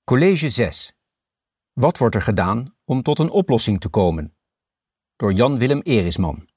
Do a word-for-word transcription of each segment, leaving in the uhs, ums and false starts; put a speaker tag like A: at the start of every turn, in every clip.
A: College zes. Wat wordt er gedaan om tot een oplossing te komen? Door Jan-Willem Erisman.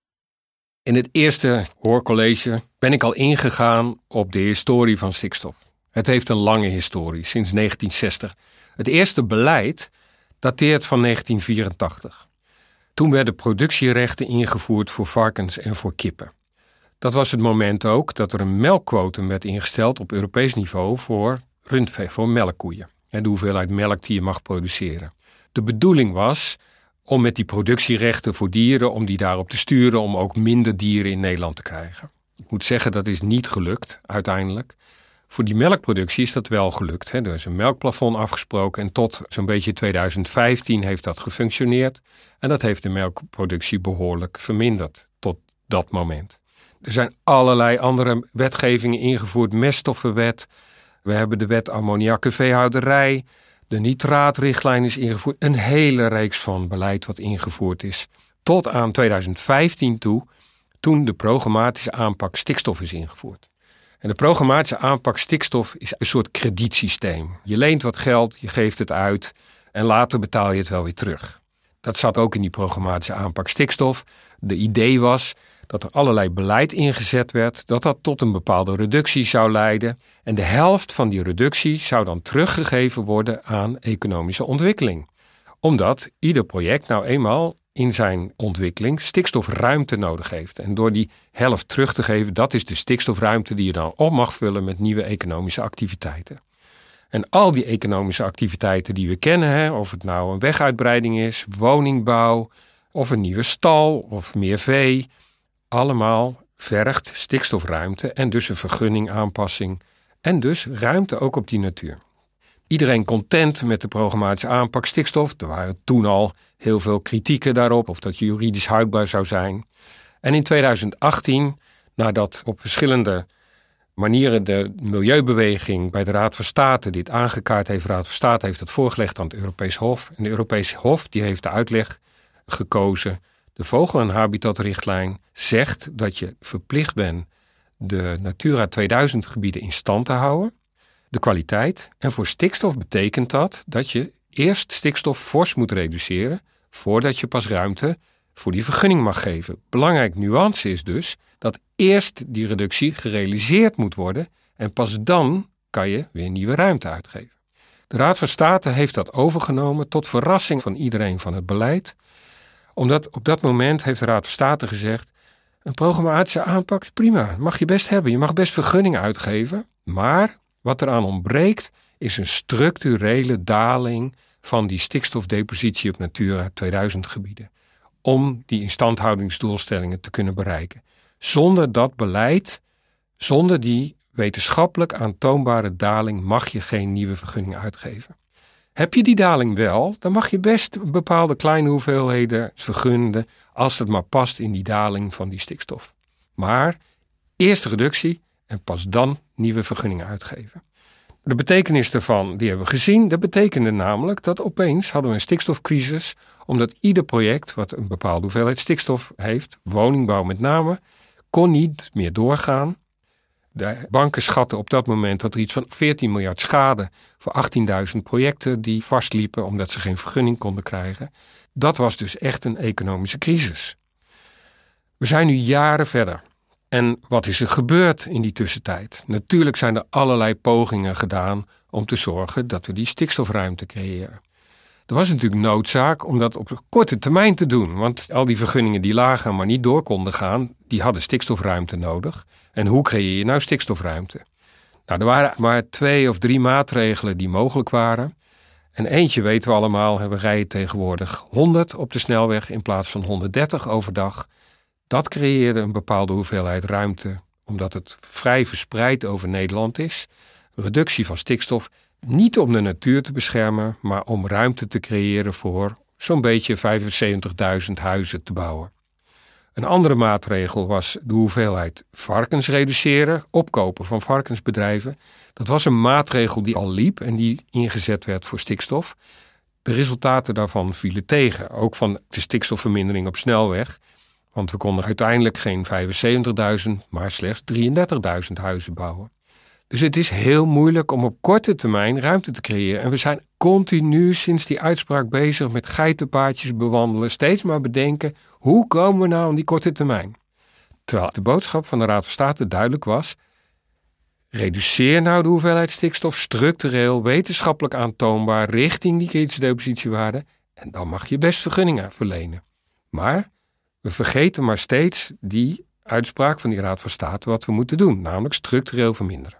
B: In het eerste hoorcollege ben ik al ingegaan op de historie van stikstof. Het heeft een lange historie, sinds negentien zestig. Het eerste beleid dateert van negentien vierentachtig. Toen werden productierechten ingevoerd voor varkens en voor kippen. Dat was het moment ook dat er een melkquotum werd ingesteld op Europees niveau voor rundvee, voor melkkoeien. En de hoeveelheid melk die je mag produceren. De bedoeling was om met die productierechten voor dieren, om die daarop te sturen, om ook minder dieren in Nederland te krijgen. Ik moet zeggen, dat is niet gelukt uiteindelijk. Voor die melkproductie is dat wel gelukt. Hè. Er is een melkplafond afgesproken en tot zo'n beetje tweeduizend vijftien heeft dat gefunctioneerd. En dat heeft de melkproductie behoorlijk verminderd tot dat moment. Er zijn allerlei andere wetgevingen ingevoerd, meststoffenwet. We hebben de wet ammoniak en veehouderij. De nitraatrichtlijn is ingevoerd. Een hele reeks van beleid wat ingevoerd is. Tot aan tweeduizend vijftien toe, toen de programmatische aanpak stikstof is ingevoerd. En de programmatische aanpak stikstof is een soort kredietsysteem. Je leent wat geld, je geeft het uit en later betaal je het wel weer terug. Dat zat ook in die programmatische aanpak stikstof. De idee was dat er allerlei beleid ingezet werd, dat dat tot een bepaalde reductie zou leiden. En de helft van die reductie zou dan teruggegeven worden aan economische ontwikkeling. Omdat ieder project nou eenmaal in zijn ontwikkeling stikstofruimte nodig heeft. En door die helft terug te geven, dat is de stikstofruimte die je dan op mag vullen met nieuwe economische activiteiten. En al die economische activiteiten die we kennen, hè, of het nou een weguitbreiding is, woningbouw, of een nieuwe stal, of meer vee, allemaal vergt stikstofruimte en dus een vergunningaanpassing en dus ruimte ook op die natuur. Iedereen content met de programmatische aanpak stikstof. Er waren toen al heel veel kritieken daarop of dat juridisch houdbaar zou zijn. En in tweeduizend achttien, nadat op verschillende manieren de milieubeweging bij de Raad van State dit aangekaart heeft, de Raad van State heeft het voorgelegd aan het Europees Hof. En de Europese Hof die heeft de uitleg gekozen. De vogel- en habitatrichtlijn zegt dat je verplicht bent de Natura tweeduizend gebieden in stand te houden. De kwaliteit. En voor stikstof betekent dat dat je eerst stikstof fors moet reduceren voordat je pas ruimte voor die vergunning mag geven. Belangrijk nuance is dus dat eerst die reductie gerealiseerd moet worden en pas dan kan je weer nieuwe ruimte uitgeven. De Raad van State heeft dat overgenomen tot verrassing van iedereen van het beleid. Omdat op dat moment heeft de Raad van State gezegd, een programmatische aanpak is prima, mag je best hebben. Je mag best vergunningen uitgeven, maar wat eraan ontbreekt is een structurele daling van die stikstofdepositie op Natura tweeduizend gebieden. Om die instandhoudingsdoelstellingen te kunnen bereiken. Zonder dat beleid, zonder die wetenschappelijk aantoonbare daling mag je geen nieuwe vergunning uitgeven. Heb je die daling wel, dan mag je best bepaalde kleine hoeveelheden vergunnen als het maar past in die daling van die stikstof. Maar eerst reductie en pas dan nieuwe vergunningen uitgeven. De betekenis daarvan, die hebben we gezien. Dat betekende namelijk dat opeens hadden we een stikstofcrisis, omdat ieder project wat een bepaalde hoeveelheid stikstof heeft, woningbouw met name, kon niet meer doorgaan. De banken schatten op dat moment dat er iets van veertien miljard schade voor achttienduizend projecten die vastliepen omdat ze geen vergunning konden krijgen. Dat was dus echt een economische crisis. We zijn nu jaren verder. En wat is er gebeurd in die tussentijd? Natuurlijk zijn er allerlei pogingen gedaan om te zorgen dat we die stikstofruimte creëren. Er was natuurlijk noodzaak om dat op korte termijn te doen. Want al die vergunningen die lagen maar niet door konden gaan, die hadden stikstofruimte nodig. En hoe creëer je nou stikstofruimte? Nou, er waren maar twee of drie maatregelen die mogelijk waren. En eentje weten we allemaal, we rijden tegenwoordig honderd op de snelweg in plaats van honderddertig overdag. Dat creëerde een bepaalde hoeveelheid ruimte, omdat het vrij verspreid over Nederland is. Reductie van stikstof, niet om de natuur te beschermen, maar om ruimte te creëren voor zo'n beetje vijfenzeventigduizend huizen te bouwen. Een andere maatregel was de hoeveelheid varkens reduceren, opkopen van varkensbedrijven. Dat was een maatregel die al liep en die ingezet werd voor stikstof. De resultaten daarvan vielen tegen, ook van de stikstofvermindering op snelweg. Want we konden uiteindelijk geen vijfenzeventigduizend, maar slechts drieëndertigduizend huizen bouwen. Dus het is heel moeilijk om op korte termijn ruimte te creëren. En we zijn continu sinds die uitspraak bezig met geitenpaadjes bewandelen. Steeds maar bedenken, hoe komen we nou aan die korte termijn? Terwijl de boodschap van de Raad van State duidelijk was: reduceer nou de hoeveelheid stikstof structureel, wetenschappelijk aantoonbaar richting die kritische depositiewaarde. En dan mag je best vergunningen verlenen. Maar we vergeten maar steeds die uitspraak van die Raad van State wat we moeten doen, namelijk structureel verminderen.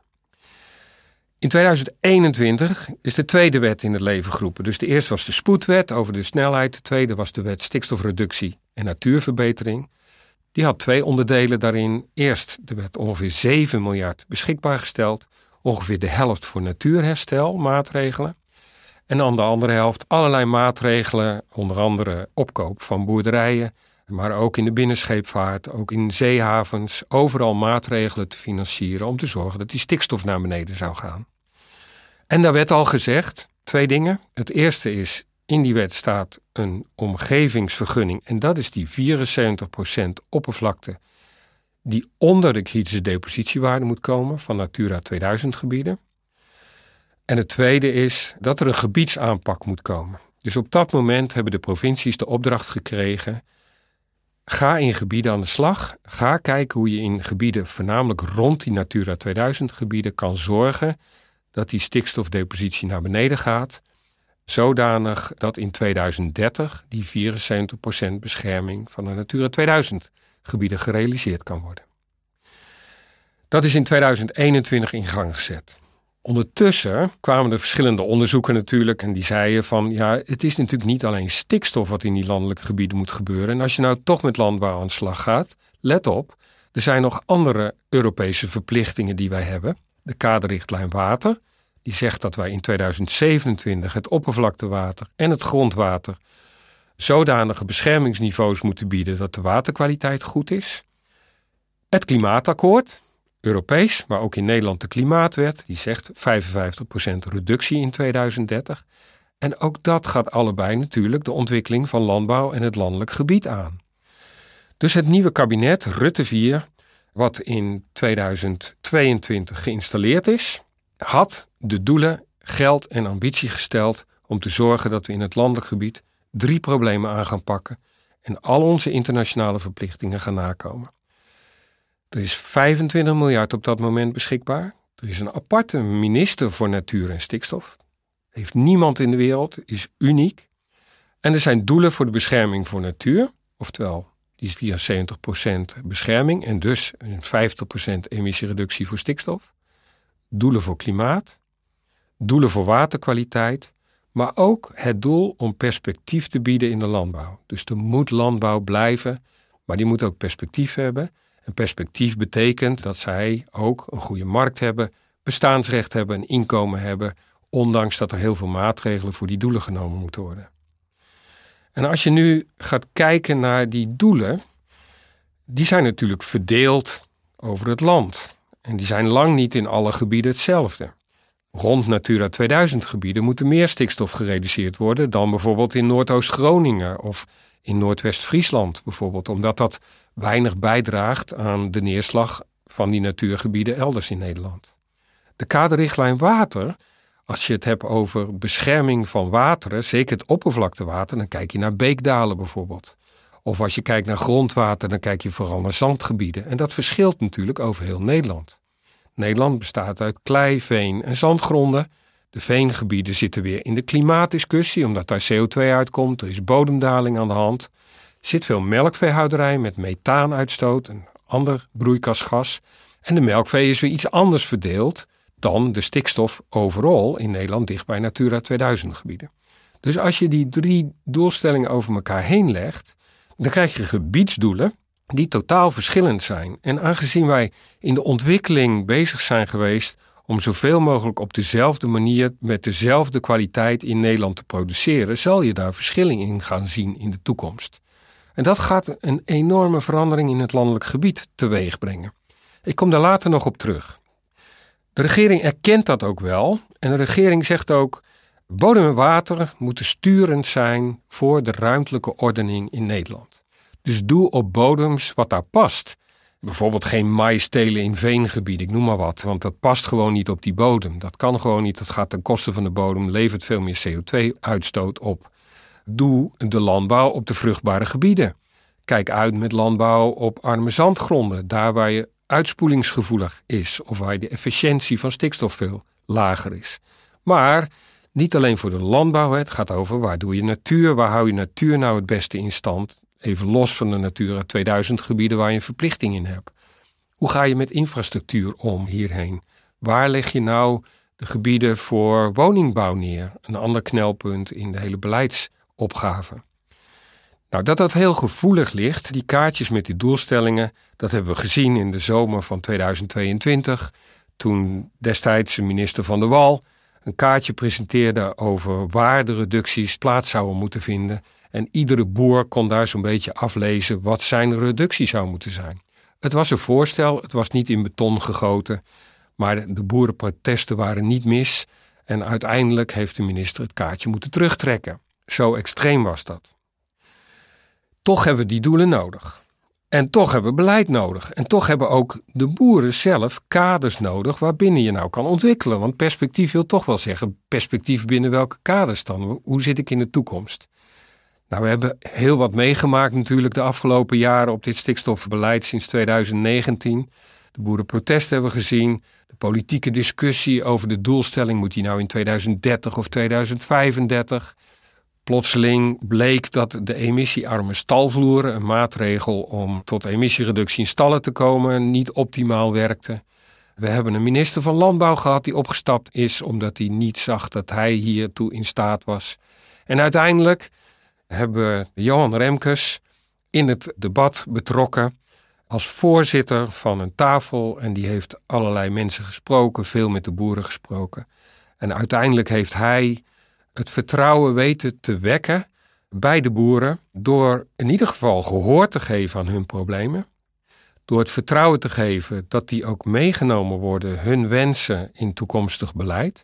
B: In tweeduizend eenentwintig is de tweede wet in het leven geroepen. Dus de eerste was de spoedwet over de snelheid. De tweede was de wet stikstofreductie en natuurverbetering. Die had twee onderdelen daarin. Eerst de wet ongeveer zeven miljard beschikbaar gesteld. Ongeveer de helft voor natuurherstel, maatregelen. En dan de andere helft allerlei maatregelen, onder andere opkoop van boerderijen, maar ook in de binnenscheepvaart, ook in zeehavens, overal maatregelen te financieren om te zorgen dat die stikstof naar beneden zou gaan. En daar werd al gezegd, twee dingen. Het eerste is, in die wet staat een omgevingsvergunning en dat is die vierenzeventig procent oppervlakte die onder de kritische depositiewaarde moet komen van Natura tweeduizend gebieden. En het tweede is dat er een gebiedsaanpak moet komen. Dus op dat moment hebben de provincies de opdracht gekregen: ga in gebieden aan de slag. Ga kijken hoe je in gebieden, voornamelijk rond die Natura tweeduizend gebieden, kan zorgen dat die stikstofdepositie naar beneden gaat. Zodanig dat in tweeduizend dertig die vierenzeventig procent bescherming van de Natura tweeduizend gebieden gerealiseerd kan worden. Dat is in tweeduizend eenentwintig in gang gezet. Ondertussen kwamen er verschillende onderzoeken natuurlijk en die zeiden van ja, het is natuurlijk niet alleen stikstof wat in die landelijke gebieden moet gebeuren. En als je nou toch met landbouw aan de slag gaat, let op, er zijn nog andere Europese verplichtingen die wij hebben. De kaderrichtlijn water, die zegt dat wij in tweeduizend zevenentwintig het oppervlaktewater en het grondwater zodanige beschermingsniveaus moeten bieden dat de waterkwaliteit goed is. Het klimaatakkoord, Europees, maar ook in Nederland de klimaatwet, die zegt vijfenvijftig procent reductie in tweeduizend dertig. En ook dat gaat allebei natuurlijk de ontwikkeling van landbouw en het landelijk gebied aan. Dus het nieuwe kabinet, Rutte vier, wat in tweeduizend tweeëntwintig geïnstalleerd is, had de doelen, geld en ambitie gesteld om te zorgen dat we in het landelijk gebied drie problemen aan gaan pakken en al onze internationale verplichtingen gaan nakomen. Er is vijfentwintig miljard op dat moment beschikbaar. Er is een aparte minister voor natuur en stikstof. Heeft niemand in de wereld, is uniek. En er zijn doelen voor de bescherming voor natuur, oftewel die is vierenzeventig procent bescherming en dus een vijftig procent emissiereductie voor stikstof. Doelen voor klimaat, doelen voor waterkwaliteit, maar ook het doel om perspectief te bieden in de landbouw. Dus er moet landbouw blijven, maar die moet ook perspectief hebben. En perspectief betekent dat zij ook een goede markt hebben, bestaansrecht hebben, een inkomen hebben, ondanks dat er heel veel maatregelen voor die doelen genomen moeten worden. En als je nu gaat kijken naar die doelen, die zijn natuurlijk verdeeld over het land. En die zijn lang niet in alle gebieden hetzelfde. Rond Natura tweeduizend gebieden moet er meer stikstof gereduceerd worden dan bijvoorbeeld in Noordoost-Groningen of in Noordwest-Friesland bijvoorbeeld, omdat dat weinig bijdraagt aan de neerslag van die natuurgebieden elders in Nederland. De kaderrichtlijn water, als je het hebt over bescherming van wateren, zeker het oppervlaktewater, dan kijk je naar beekdalen bijvoorbeeld. Of als je kijkt naar grondwater, dan kijk je vooral naar zandgebieden. En dat verschilt natuurlijk over heel Nederland. Nederland bestaat uit klei, veen en zandgronden. De veengebieden zitten weer in de klimaatdiscussie, omdat daar C O twee uitkomt. Er is bodemdaling aan de hand. Er zit veel melkveehouderij met methaanuitstoot, een ander broeikasgas. En de melkvee is weer iets anders verdeeld dan de stikstof overal in Nederland dicht bij Natura tweeduizend gebieden. Dus als je die drie doelstellingen over elkaar heen legt, dan krijg je gebiedsdoelen die totaal verschillend zijn. En aangezien wij in de ontwikkeling bezig zijn geweest om zoveel mogelijk op dezelfde manier met dezelfde kwaliteit in Nederland te produceren, zal je daar verschillen in gaan zien in de toekomst. En dat gaat een enorme verandering in het landelijk gebied teweeg brengen. Ik kom daar later nog op terug. De regering erkent dat ook wel en de regering zegt ook: bodem en water moeten sturend zijn voor de ruimtelijke ordening in Nederland. Dus doe op bodems wat daar past. Bijvoorbeeld geen mais telen in veengebieden, ik noem maar wat. Want dat past gewoon niet op die bodem. Dat kan gewoon niet, dat gaat ten koste van de bodem, levert veel meer C O twee uitstoot op. Doe de landbouw op de vruchtbare gebieden. Kijk uit met landbouw op arme zandgronden, daar waar je uitspoelingsgevoelig is of waar de efficiëntie van stikstof veel lager is. Maar niet alleen voor de landbouw, het gaat over waar doe je natuur, waar hou je natuur nou het beste in stand. Even los van de Natura tweeduizend gebieden waar je een verplichting in hebt. Hoe ga je met infrastructuur om hierheen? Waar leg je nou de gebieden voor woningbouw neer? Een ander knelpunt in de hele beleidsopgave. Nou, dat dat heel gevoelig ligt, die kaartjes met die doelstellingen, dat hebben we gezien in de zomer van tweeduizend tweeëntwintig, toen destijds minister Van der Wal een kaartje presenteerde over waar de reducties plaats zouden moeten vinden. En iedere boer kon daar zo'n beetje aflezen wat zijn reductie zou moeten zijn. Het was een voorstel, het was niet in beton gegoten, maar de boerenprotesten waren niet mis. En uiteindelijk heeft de minister het kaartje moeten terugtrekken. Zo extreem was dat. Toch hebben we die doelen nodig. En toch hebben we beleid nodig. En toch hebben ook de boeren zelf kaders nodig waarbinnen je nou kan ontwikkelen. Want perspectief wil toch wel zeggen, perspectief binnen welke kaders dan? Hoe zit ik in de toekomst? Nou, we hebben heel wat meegemaakt natuurlijk de afgelopen jaren op dit stikstofbeleid sinds tweeduizend negentien. De boerenprotesten hebben we gezien. De politieke discussie over de doelstelling, moet die nou in tweeduizend dertig of tweeduizend vijfendertig? Plotseling bleek dat de emissiearme stalvloeren, een maatregel om tot emissiereductie in stallen te komen, niet optimaal werkte. We hebben een minister van Landbouw gehad die opgestapt is omdat hij niet zag dat hij hiertoe in staat was. En uiteindelijk hebben we Johan Remkes in het debat betrokken als voorzitter van een tafel. En die heeft allerlei mensen gesproken, veel met de boeren gesproken. En uiteindelijk heeft hij het vertrouwen weten te wekken bij de boeren door in ieder geval gehoor te geven aan hun problemen. Door het vertrouwen te geven dat die ook meegenomen worden, hun wensen in toekomstig beleid.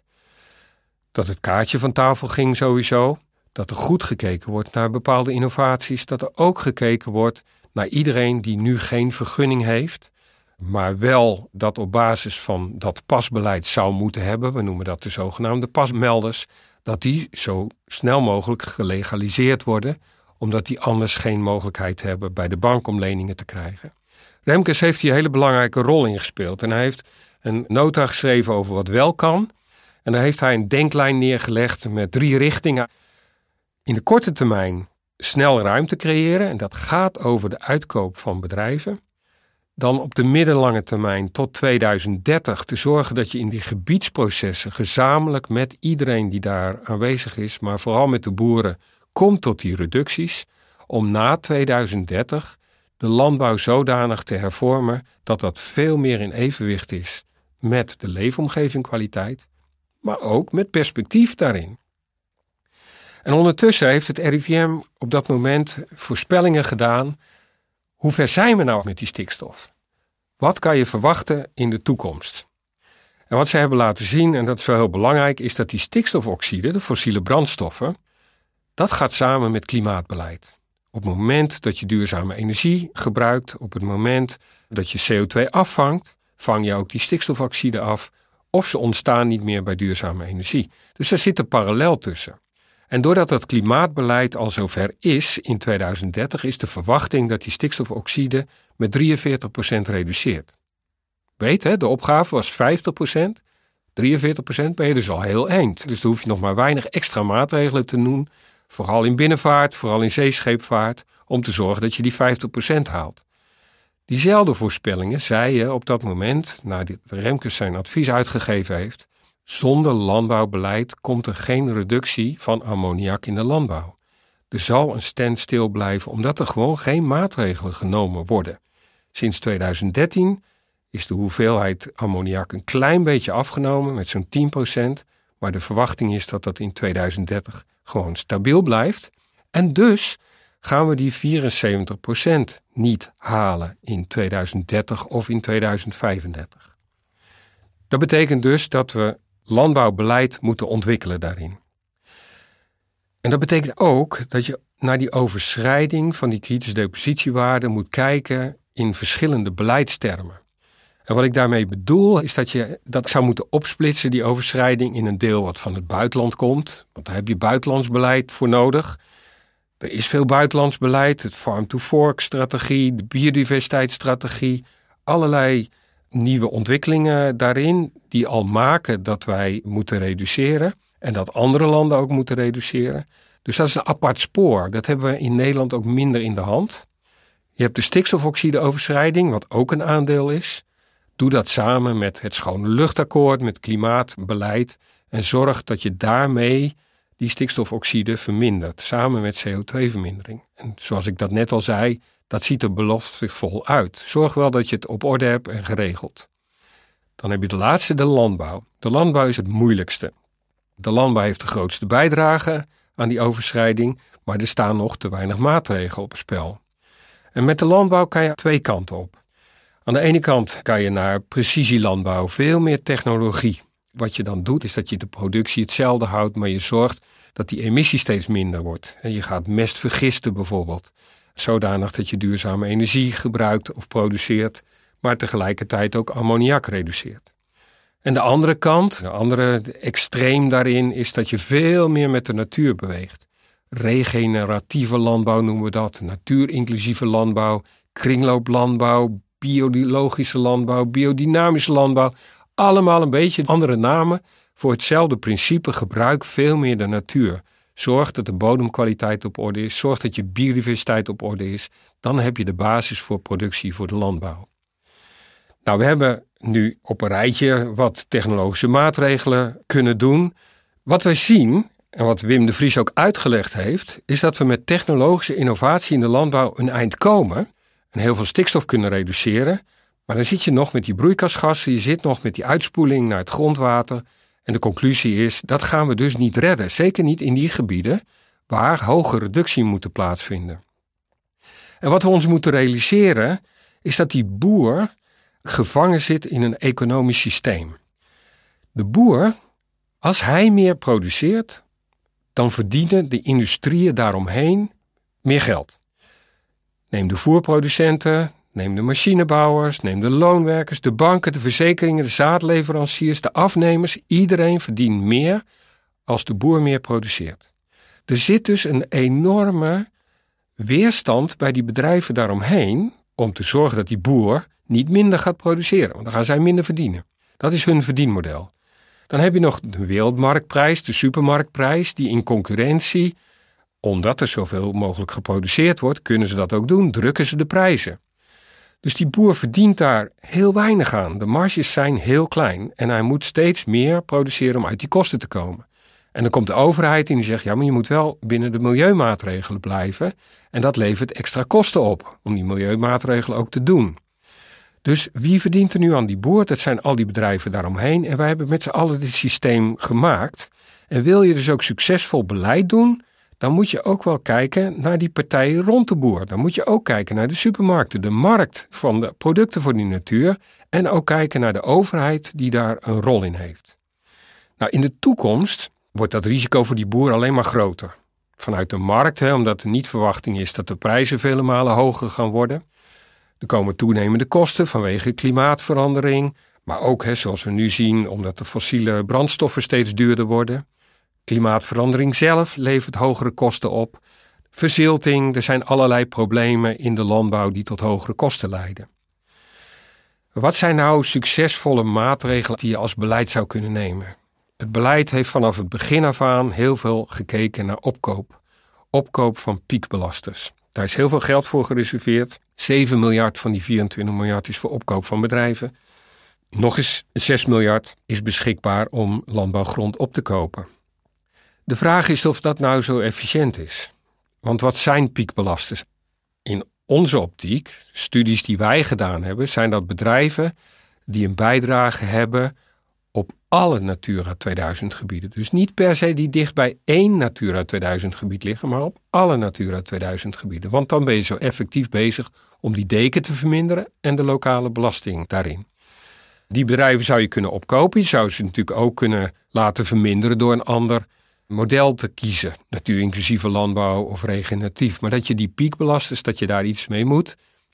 B: Dat het kaartje van tafel ging sowieso. Dat er goed gekeken wordt naar bepaalde innovaties. Dat er ook gekeken wordt naar iedereen die nu geen vergunning heeft. Maar wel dat op basis van dat pasbeleid zou moeten hebben. We noemen dat de zogenaamde pasmelders. Dat die zo snel mogelijk gelegaliseerd worden. Omdat die anders geen mogelijkheid hebben bij de bank om leningen te krijgen. Remkes heeft hier een hele belangrijke rol in gespeeld. En hij heeft een nota geschreven over wat wel kan. En daar heeft hij een denklijn neergelegd met drie richtingen. In de korte termijn snel ruimte creëren. En dat gaat over de uitkoop van bedrijven. Dan op de middellange termijn tot tweeduizend dertig te zorgen dat je in die gebiedsprocessen gezamenlijk met iedereen die daar aanwezig is, maar vooral met de boeren, komt tot die reducties. Om na tweeduizend dertig de landbouw zodanig te hervormen dat dat veel meer in evenwicht is met de leefomgeving kwaliteit, maar ook met perspectief daarin. En ondertussen heeft het R I V M op dat moment voorspellingen gedaan. Hoe ver zijn we nou met die stikstof? Wat kan je verwachten in de toekomst? En wat zij hebben laten zien, en dat is wel heel belangrijk, is dat die stikstofoxide, de fossiele brandstoffen, dat gaat samen met klimaatbeleid. Op het moment dat je duurzame energie gebruikt, op het moment dat je C O twee afvangt, vang je ook die stikstofoxide af, of ze ontstaan niet meer bij duurzame energie. Dus er zit een parallel tussen. En doordat dat klimaatbeleid al zover is in tweeduizend dertig, is de verwachting dat die stikstofoxide met drieënveertig procent reduceert. Weet, hè, de opgave was vijftig procent, drieënveertig procent ben je dus al heel eind. Dus dan hoef je nog maar weinig extra maatregelen te doen, vooral in binnenvaart, vooral in zeescheepvaart, om te zorgen dat je die vijftig procent haalt. Diezelfde voorspellingen zeiden op dat moment, nadat Remkes zijn advies uitgegeven heeft, zonder landbouwbeleid komt er geen reductie van ammoniak in de landbouw. Er zal een standstill blijven omdat er gewoon geen maatregelen genomen worden. Sinds tweeduizend dertien is de hoeveelheid ammoniak een klein beetje afgenomen met zo'n tien procent. Maar de verwachting is dat dat in tweeduizend dertig gewoon stabiel blijft. En dus gaan we die vierenzeventig procent niet halen in tweeduizend dertig of in tweeduizend vijfendertig. Dat betekent dus dat we landbouwbeleid moeten ontwikkelen daarin. En dat betekent ook dat je naar die overschrijding van die kritische depositiewaarde moet kijken in verschillende beleidstermen. En wat ik daarmee bedoel is dat je dat zou moeten opsplitsen, die overschrijding, in een deel wat van het buitenland komt. Want daar heb je buitenlands beleid voor nodig. Er is veel buitenlands beleid, het farm-to-fork-strategie, de biodiversiteitsstrategie, allerlei nieuwe ontwikkelingen daarin die al maken dat wij moeten reduceren en dat andere landen ook moeten reduceren. Dus dat is een apart spoor. Dat hebben we in Nederland ook minder in de hand. Je hebt de stikstofoxide-overschrijding, wat ook een aandeel is. Doe dat samen met het Schone Luchtakkoord, met klimaatbeleid en zorg dat je daarmee die stikstofoxide vermindert, samen met C O twee vermindering. En zoals ik dat net al zei, dat ziet er beloftvol uit. Zorg wel dat je het op orde hebt en geregeld. Dan heb je de laatste, de landbouw. De landbouw is het moeilijkste. De landbouw heeft de grootste bijdrage aan die overschrijding, maar er staan nog te weinig maatregelen op het spel. En met de landbouw kan je twee kanten op. Aan de ene kant kan je naar precisielandbouw, veel meer technologie. Wat je dan doet is dat je de productie hetzelfde houdt, maar je zorgt dat die emissie steeds minder wordt. En je gaat mest vergisten bijvoorbeeld, zodanig dat je duurzame energie gebruikt of produceert, maar tegelijkertijd ook ammoniak reduceert. En de andere kant, de andere extreem daarin, is dat je veel meer met de natuur beweegt. Regeneratieve landbouw noemen we dat, natuurinclusieve landbouw, kringlooplandbouw, biologische landbouw, biodynamische landbouw. Allemaal een beetje andere namen voor hetzelfde principe. Gebruik veel meer de natuur. Zorg dat de bodemkwaliteit op orde is. Zorg dat je biodiversiteit op orde is. Dan heb je de basis voor productie voor de landbouw. Nou, we hebben nu op een rijtje wat technologische maatregelen kunnen doen. Wat wij zien, en wat Wim de Vries ook uitgelegd heeft, is dat we met technologische innovatie in de landbouw een eind komen en heel veel stikstof kunnen reduceren. Maar dan zit je nog met die broeikasgassen, je zit nog met die uitspoeling naar het grondwater. En de conclusie is, dat gaan we dus niet redden. Zeker niet in die gebieden waar hoge reductie moet plaatsvinden. En wat we ons moeten realiseren, is dat die boer gevangen zit in een economisch systeem. De boer, als hij meer produceert, dan verdienen de industrieën daaromheen meer geld. Neem de voerproducenten, neem de machinebouwers, neem de loonwerkers, de banken, de verzekeringen, de zaadleveranciers, de afnemers. Iedereen verdient meer als de boer meer produceert. Er zit dus een enorme weerstand bij die bedrijven daaromheen om te zorgen dat die boer niet minder gaat produceren, want dan gaan zij minder verdienen. Dat is hun verdienmodel. Dan heb je nog de wereldmarktprijs, de supermarktprijs, die in concurrentie, omdat er zoveel mogelijk geproduceerd wordt, kunnen ze dat ook doen, drukken ze de prijzen. Dus die boer verdient daar heel weinig aan. De marges zijn heel klein en hij moet steeds meer produceren om uit die kosten te komen. En dan komt de overheid en die zegt, ja, maar je moet wel binnen de milieumaatregelen blijven. En dat levert extra kosten op om die milieumaatregelen ook te doen. Dus wie verdient er nu aan die boer? Dat zijn al die bedrijven daaromheen. En wij hebben met z'n allen dit systeem gemaakt. En wil je dus ook succesvol beleid doen, dan moet je ook wel kijken naar die partijen rond de boer. Dan moet je ook kijken naar de supermarkten, de markt van de producten voor die natuur. En ook kijken naar de overheid die daar een rol in heeft. Nou, in de toekomst wordt dat risico voor die boer alleen maar groter. Vanuit de markt, hè, omdat er niet verwachting is dat de prijzen vele malen hoger gaan worden. Er komen toenemende kosten vanwege klimaatverandering. Maar ook, hè, zoals we nu zien, omdat de fossiele brandstoffen steeds duurder worden. Klimaatverandering zelf levert hogere kosten op. Verzilting, er zijn allerlei problemen in de landbouw die tot hogere kosten leiden. Wat zijn nou succesvolle maatregelen die je als beleid zou kunnen nemen? Het beleid heeft vanaf het begin af aan heel veel gekeken naar opkoop. Opkoop van piekbelasters. Daar is heel veel geld voor gereserveerd. zeven miljard van die vierentwintig miljard is voor opkoop van bedrijven. Nog eens zes miljard is beschikbaar om landbouwgrond op te kopen. De vraag is of dat nou zo efficiënt is. Want wat zijn piekbelasters? In onze optiek, studies die wij gedaan hebben, zijn dat bedrijven die een bijdrage hebben op alle Natura tweeduizend gebieden. Dus niet per se die dicht bij één Natura tweeduizend gebied liggen, maar op alle Natura tweeduizend gebieden. Want dan ben je zo effectief bezig om die deken te verminderen en de lokale belasting daarin. Die bedrijven zou je kunnen opkopen. Je zou ze natuurlijk ook kunnen laten verminderen door een ander model te kiezen. Natuurinclusieve landbouw of regeneratief. Maar dat je die piekbelasters, dat je daar iets mee moet.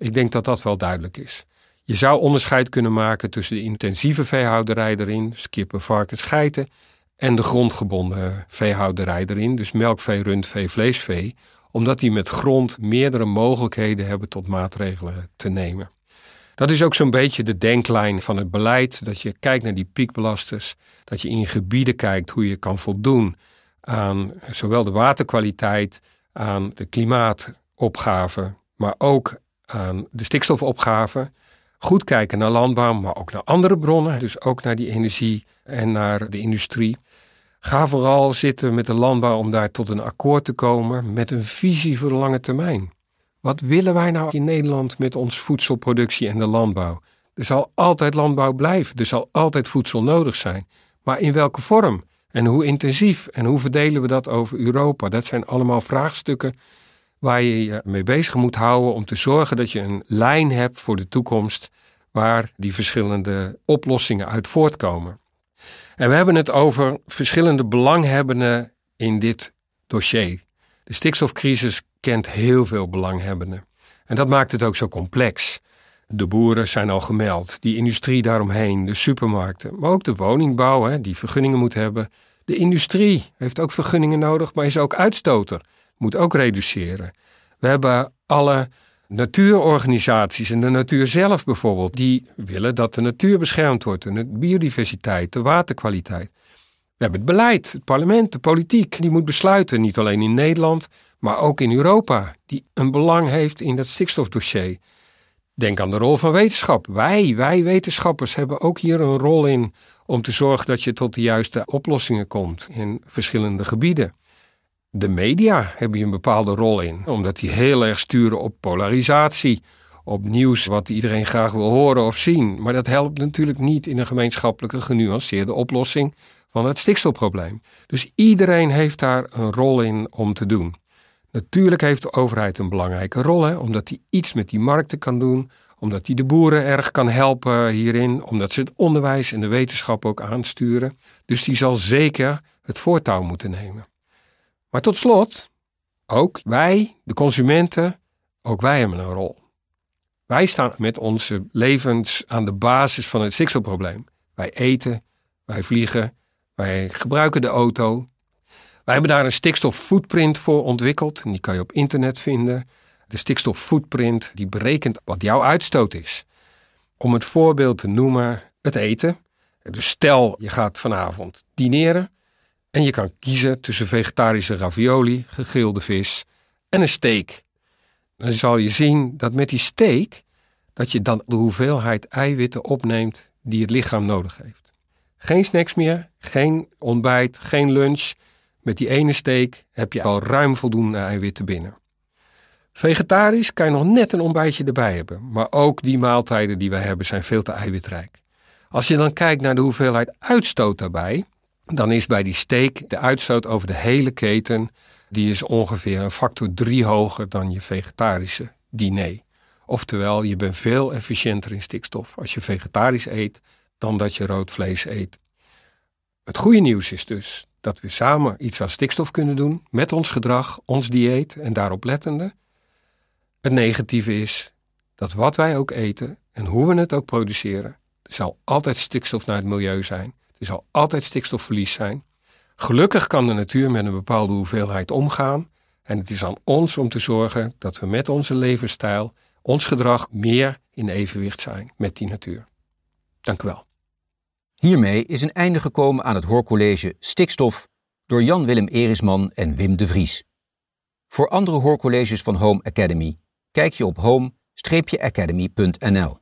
B: Ik denk dat dat wel duidelijk is. Je zou onderscheid kunnen maken tussen de intensieve veehouderij erin, dus kippen, varkens, geiten, en de grondgebonden veehouderij erin, dus melkvee, rundvee, vleesvee, omdat die met grond meerdere mogelijkheden hebben tot maatregelen te nemen. Dat is ook zo'n beetje de denklijn van het beleid, dat je kijkt naar die piekbelasters, dat je in gebieden kijkt hoe je kan voldoen aan zowel de waterkwaliteit, aan de klimaatopgave, maar ook aan de stikstofopgave. Goed kijken naar landbouw, maar ook naar andere bronnen, dus ook naar die energie en naar de industrie. Ga vooral zitten met de landbouw om daar tot een akkoord te komen met een visie voor de lange termijn. Wat willen wij nou in Nederland met onze voedselproductie en de landbouw? Er zal altijd landbouw blijven, er zal altijd voedsel nodig zijn. Maar in welke vorm? En hoe intensief? En hoe verdelen we dat over Europa? Dat zijn allemaal vraagstukken waar je je mee bezig moet houden om te zorgen dat je een lijn hebt voor de toekomst waar die verschillende oplossingen uit voortkomen. En we hebben het over verschillende belanghebbenden in dit dossier. De stikstofcrisis kent heel veel belanghebbenden. En dat maakt het ook zo complex. De boeren zijn al gemeld, die industrie daaromheen, de supermarkten, maar ook de woningbouw, hè, die vergunningen moet hebben. De industrie heeft ook vergunningen nodig, maar is ook uitstoter, moet ook reduceren. We hebben alle natuurorganisaties en de natuur zelf bijvoorbeeld, die willen dat de natuur beschermd wordt, de biodiversiteit, de waterkwaliteit. We hebben het beleid, het parlement, de politiek, die moet besluiten, niet alleen in Nederland, maar ook in Europa, die een belang heeft in dat stikstofdossier. Denk aan de rol van wetenschap. Wij, wij wetenschappers hebben ook hier een rol in om te zorgen dat je tot de juiste oplossingen komt in verschillende gebieden. De media hebben hier een bepaalde rol in, omdat die heel erg sturen op polarisatie, op nieuws wat iedereen graag wil horen of zien. Maar dat helpt natuurlijk niet in een gemeenschappelijke genuanceerde oplossing van het stikstofprobleem. Dus iedereen heeft daar een rol in om te doen. Natuurlijk heeft de overheid een belangrijke rol, hè, omdat die iets met die markten kan doen, omdat die de boeren erg kan helpen hierin, omdat ze het onderwijs en de wetenschap ook aansturen. Dus die zal zeker het voortouw moeten nemen. Maar tot slot, ook wij, de consumenten, ook wij hebben een rol. Wij staan met onze levens aan de basis van het stikstofprobleem. Wij eten, wij vliegen, wij gebruiken de auto. Wij hebben daar een stikstoffootprint voor ontwikkeld. En die kan je op internet vinden. De stikstoffootprint die berekent wat jouw uitstoot is. Om het voorbeeld te noemen, het eten. Dus stel je gaat vanavond dineren. En je kan kiezen tussen vegetarische ravioli, gegrilde vis en een steak. Dan zal je zien dat met die steak, dat je dan de hoeveelheid eiwitten opneemt die het lichaam nodig heeft. Geen snacks meer, geen ontbijt, geen lunch. Met die ene steak heb je al ruim voldoende eiwitten binnen. Vegetarisch kan je nog net een ontbijtje erbij hebben. Maar ook die maaltijden die wij hebben zijn veel te eiwitrijk. Als je dan kijkt naar de hoeveelheid uitstoot daarbij, dan is bij die steak de uitstoot over de hele keten, die is ongeveer een factor drie hoger dan je vegetarische diner. Oftewel, je bent veel efficiënter in stikstof als je vegetarisch eet dan dat je rood vlees eet. Het goede nieuws is dus dat we samen iets aan stikstof kunnen doen met ons gedrag, ons dieet en daarop lettende. Het negatieve is dat wat wij ook eten en hoe we het ook produceren, er zal altijd stikstof naar het milieu zijn. Er zal altijd stikstofverlies zijn. Gelukkig kan de natuur met een bepaalde hoeveelheid omgaan. En het is aan ons om te zorgen dat we met onze levensstijl, ons gedrag meer in evenwicht zijn met die natuur. Dank u wel.
A: Hiermee is een einde gekomen aan het hoorcollege Stikstof door Jan Willem Erisman en Wim de Vries. Voor andere hoorcolleges van Home Academy kijk je op home dash academy punt n l.